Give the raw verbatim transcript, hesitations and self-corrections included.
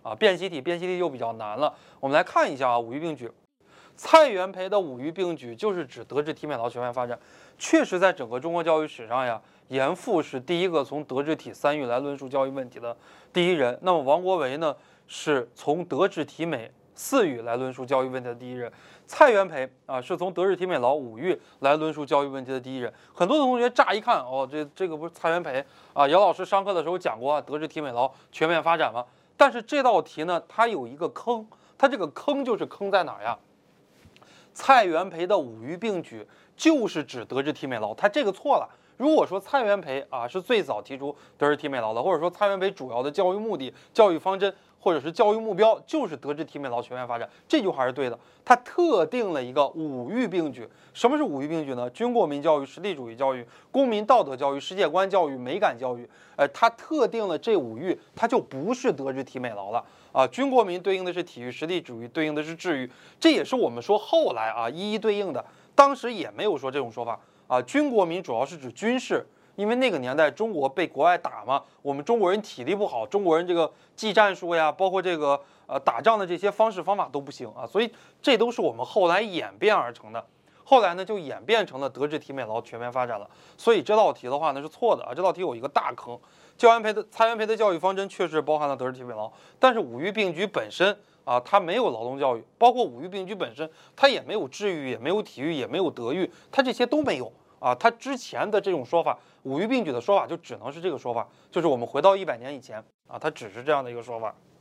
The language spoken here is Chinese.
啊，辨习题，辨习题就比较难了。我们来看一下啊，五育并举。蔡元培的五育并举就是指德智体美劳全面发展。确实，在整个中国教育史上呀，严复是第一个从德智体三育来论述教育问题的第一人。那么王国维呢，是从德智体美四育来论述教育问题的第一人。蔡元培啊，是从德智体美劳五育来论述教育问题的第一人。很多的同学乍一看，哦，这这个不是蔡元培啊？姚老师上课的时候讲过啊，德智体美劳全面发展吗？但是这道题呢，它有一个坑，它这个坑就是坑在哪儿呀？蔡元培的五育并举就是指德智体美劳，他这个错了。如果说蔡元培啊是最早提出德智体美劳的，或者说蔡元培主要的教育目的、教育方针或者是教育目标就是德智体美劳全面发展，这句话是对的。他特定了一个五育并举。什么是五育并举呢？军国民教育、实地主义教育、公民道德教育、世界观教育、美感教育。呃，他特定了这五育，它就不是德智体美劳了。啊，军国民对应的是体育，实地主义对应的是智育，这也是我们说后来啊一一对应的，当时也没有说这种说法啊。军国民主要是指军事，因为那个年代中国被国外打嘛，我们中国人体力不好，中国人这个技战术呀，包括这个呃打仗的这些方式方法都不行啊，所以这都是我们后来演变而成的。后来呢，就演变成了德智体美劳全面发展了。所以这道题的话呢是错的啊，这道题有一个大坑。教元培的蔡元培的教育方针确实包含了德智体美劳，但是五育并举本身啊，它没有劳动教育，包括五育并举本身，它也没有智育，也没有体育，也没有德育，它这些都没有啊。它之前的这种说法，五育并举的说法就只能是这个说法，就是我们回到一百年以前啊，它只是这样的一个说法。